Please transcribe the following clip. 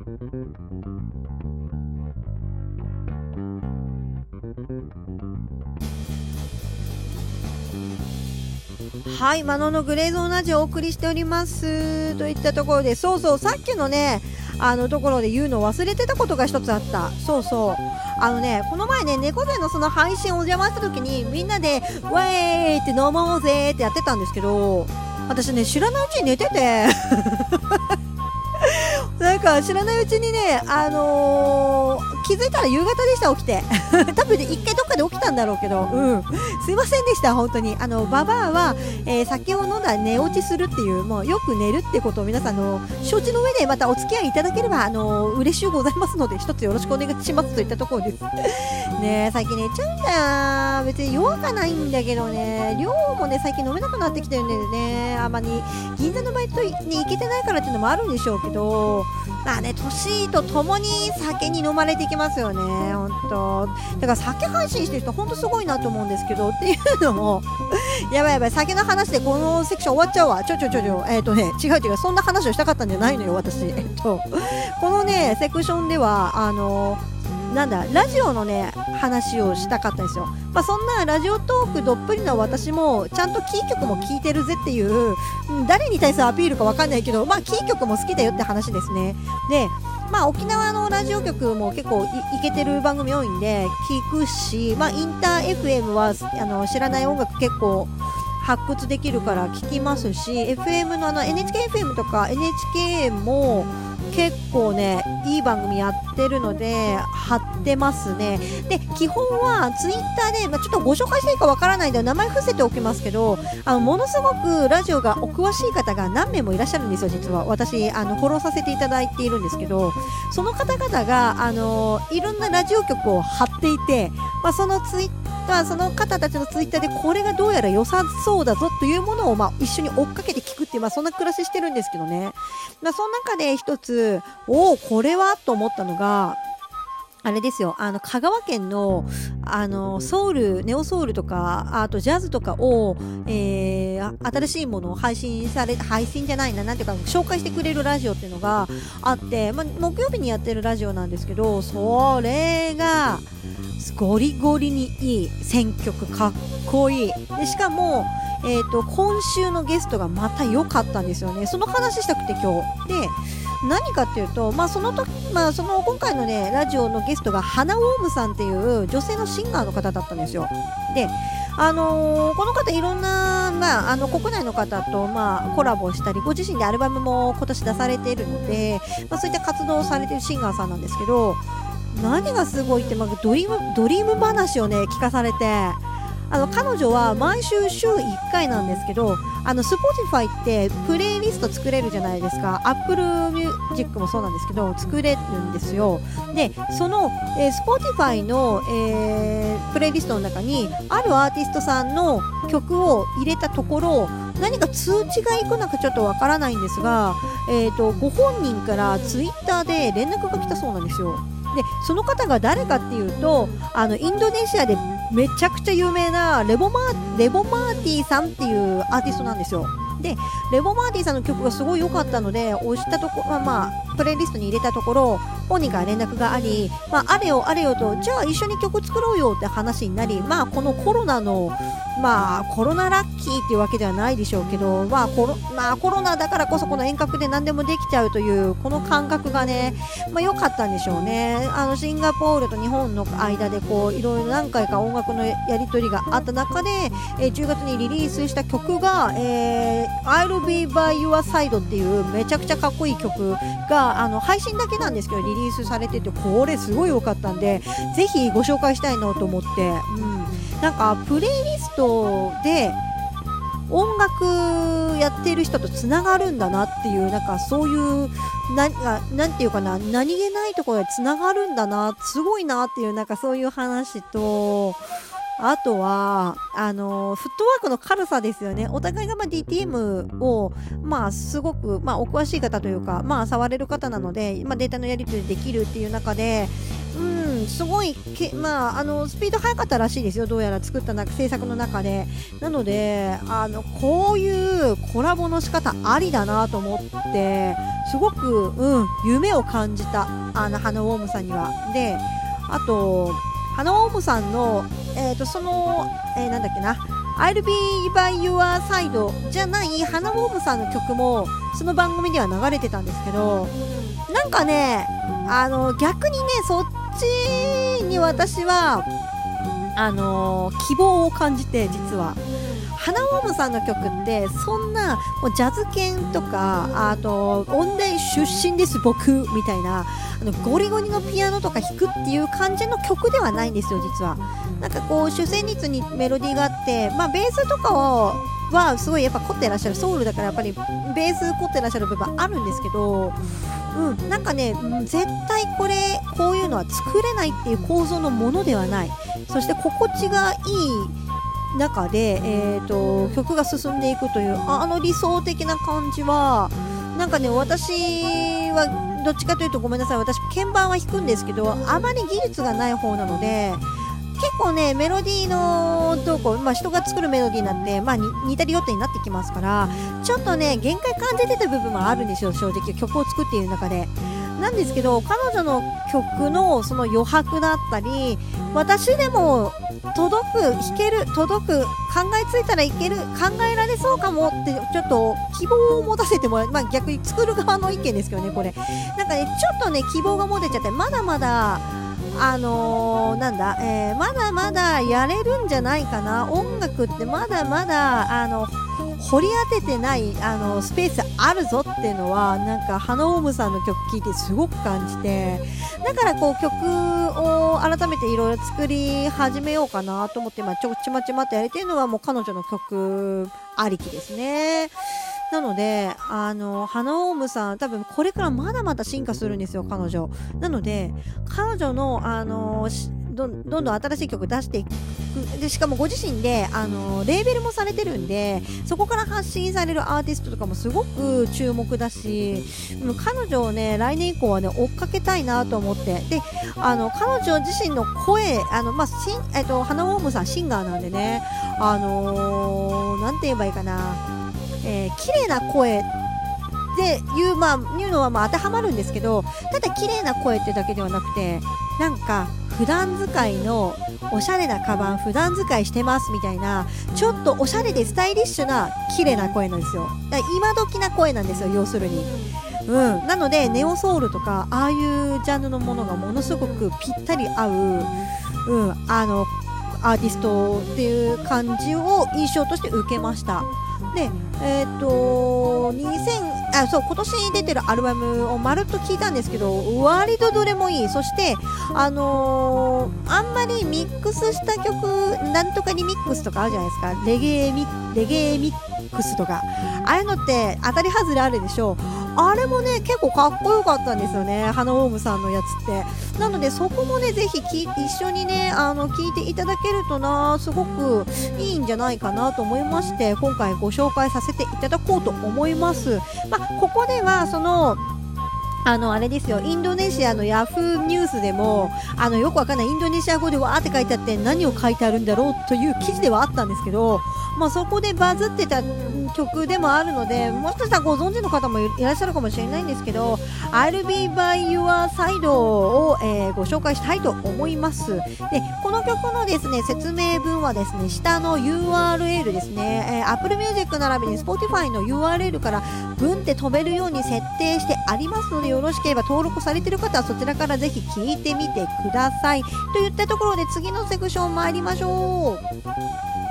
はい、マノのグレーゾーンラジオをお送りしておりますといったところで、そうそう、さっきのねところで言うの忘れてたことが一つあった。そうそう、この前ね、猫背のその配信をお邪魔した時にみんなでウェーイって飲もうぜってやってたんですけど、私ね、知らないうちに寝ててなんか知らないうちにね、気づいたら夕方でした、起きて多分ね、一回どっかで起きたんだろうけど、すいませんでした、本当に。ババアは、酒を飲んだら寝落ちするっていう、もうよく寝るってことを皆さんの承知の上でまたお付き合いいただければ嬉しゅうございますので、一つよろしくお願いしますといったところですね。最近寝ちゃうんだよ。別に弱かないんだけどね、量もね最近飲めなくなってきてるんでね、あんまり銀座のバイトに行けてないからっていうのもあるんでしょうけど、まあね、年とともに酒に飲まれてきますよね、本当。だから酒配信してる人本当すごいなと思うんですけど、っていうのもやばいやばい、酒の話でこのセクション終わっちゃうわ。違う、そんな話をしたかったんじゃないのよ、私。このねセクションではラジオのね話をしたかったんですよ。そんなラジオトークどっぷりの私もちゃんとキー局も聞いてるぜっていう、誰に対するアピールかわかんないけど、キー局も好きだよって話ですね。で、沖縄のラジオ局も結構いけてる番組多いんで聞くし、インター FM は知らない音楽結構発掘できるから聞きますし、 FM のNHKFM とか NHK も結構ねいい番組やってるので貼ってますね。で、基本はツイッターで、ちょっとご紹介していいかわからないので名前伏せておきますけど、ものすごくラジオがお詳しい方が何名もいらっしゃるんですよ。実は私フォローさせていただいているんですけど、その方々がいろんなラジオ局を貼っていて、その方たちのツイッターでこれがどうやら良さそうだぞというものを一緒に追っかけて聞くっていう、そんな暮らししてるんですけどね。その中で一つこれはと思ったのがあれですよ。香川県のソウル、ネオソウルとかあとジャズとかを、新しいものを配信じゃないな、なんていうか紹介してくれるラジオっていうのがあって、木曜日にやってるラジオなんですけど、それがゴリゴリにいい選曲、かっこいいで、しかも今週のゲストがまた良かったんですよね。その話したくて今日で、何かっていうと、その今回のねラジオのゲストが花ウォームさんっていう女性のシンガーの方だったんですよ。で、この方いろんな、国内の方と、コラボしたり、ご自身でアルバムも今年出されているので、そういった活動をされているシンガーさんなんですけど、何がすごいって、ドリーム話をね聞かされて、彼女は毎週週1回なんですけど、Spotify ってプレイリスト作れるじゃないですか。 Apple Music もそうなんですけど作れるんですよ。で、その、Spotify の、プレイリストの中にあるアーティストさんの曲を入れたところ、何か通知がいくのかちょっとわからないんですが、ご本人からツイッターで連絡が来たそうなんですよ。で、その方が誰かっていうと、インドネシアでめちゃくちゃ有名なレボマーティさんっていうアーティストなんですよ。で、レボマーティさんの曲がすごい良かったので押したところ、プレイリストに入れたところ、本人から連絡があり、あれよと、じゃあ一緒に曲作ろうよって話になり、このコロナのコロナラッキーっていうわけではないでしょうけど、コロナだからこそこの遠隔で何でもできちゃうというこの感覚がね、良かったんでしょうね。シンガポールと日本の間でいろいろ何回か音楽のやり取りがあった中で、10月にリリースした曲が、I'll Be By Your Side っていうめちゃくちゃかっこいい曲が配信だけなんですけどリリースされてて、これすごい良かったんでぜひご紹介したいなと思って、なんかプレイリストで音楽やってる人とつながるんだなっていう、なんかそういうなんていうかな、何気ないところでつながるんだな、すごいなっていう、なんかそういう話と、 あとはフットワークの軽さですよね。お互いがDTM をすごくお詳しい方というか触れる方なので、データのやり取りできるっていう中で、すごいスピード速かったらしいですよ。どうやら作った制作の中で。なのでこういうコラボの仕方ありだなと思って、すごく、夢を感じたハナ・ウォームさんには。で、あとハナ・ウォームさんのなんだっけな、I'll be by your side じゃないハナ・ウォームさんの曲もその番組では流れてたんですけど、なんかね逆にねそっちに私は希望を感じて、実はハナ・ウォームさんの曲ってそんなもうジャズ犬とか、あと音大出身です僕みたいなゴリゴリのピアノとか弾くっていう感じの曲ではないんですよ。実はなんかこう主旋律にメロディーがあって、ベースとかはすごいやっぱ凝ってらっしゃる、ソウルだからやっぱりベース凝ってらっしゃる部分あるんですけど、なんかね、絶対こういうのは作れないっていう構造のものではない。そして心地がいい中で、曲が進んでいくという理想的な感じはなんかね、私はどっちかというと、ごめんなさい、私鍵盤は弾くんですけどあまり技術がない方なので、結構ねメロディーのとこ、人が作るメロディーなんて、似たり寄ったりになってきますから、ちょっとね限界感じてた部分もあるんですよ、正直曲を作っている中で。なんですけど、彼女の曲のその余白だったり、私でも届く、弾ける、届く、考えついたらいける、考えられそうかもってちょっと希望を持たせてもらう、逆に作る側の意見ですけどね、これなんかねちょっとね希望が持てちゃって、まだまだまだまだやれるんじゃないかな、音楽ってまだまだ掘り当ててないスペースあるぞっていうのは、なんかハナ・ウォームさんの曲聴いてすごく感じて、だからこう曲を改めていろいろ作り始めようかなと思って、ちまちまとやれてるのはもう彼女の曲ありきですね。なのでハナ・ウォームさん多分これからまだまだ進化するんですよ、彼女。なので彼女のどんどん新しい曲出していく。でしかもご自身でレーベルもされてるんで、そこから発信されるアーティストとかもすごく注目だし、彼女をね来年以降はね追っかけたいなと思って。で彼女自身の声ハナ・ウォームさんシンガーなんでね、なんて言えばいいかな、綺麗な声っていうのは当てはまるんですけど、ただ綺麗な声ってだけではなくて、なんか普段使いのおしゃれなカバン普段使いしてますみたいな、ちょっとおしゃれでスタイリッシュな綺麗な声なんですよ。だから今時な声なんですよ、要するに。なのでネオソウルとかああいうジャンルのものがものすごくぴったり合う、アーティストっていう感じを印象として受けました。で今年出てるアルバムをまるっと聞いたんですけど、割とどれもいい。そしてあんまりミックスした曲、なんとかリミックスとかあるじゃないですか、レゲエミックスとか、ああいうのって当たり外れあるでしょ。あれもね結構かっこよかったんですよね、ハナ・ウォームさんのやつって。なのでそこもねぜひ一緒にね聞いていただけるとな、すごくいいんじゃないかなと思いまして、今回ご紹介させていただこうと思います。ここではあれですよ、インドネシアのヤフーニュースでもよくわかんないインドネシア語でわーって書いてあって、何を書いてあるんだろうという記事ではあったんですけど、そこでバズってた曲でもあるので、もしかしたらご存知の方もいらっしゃるかもしれないんですけど、 I'll be by your side を、ご紹介したいと思います。でこの曲のですね説明文はですね、下の URL ですね、Apple Music 並びに Spotify の URL からブンって飛べるように設定してありますので、よろしければ登録されている方はそちらからぜひ聞いてみてくださいといったところで、次のセクション参りましょう。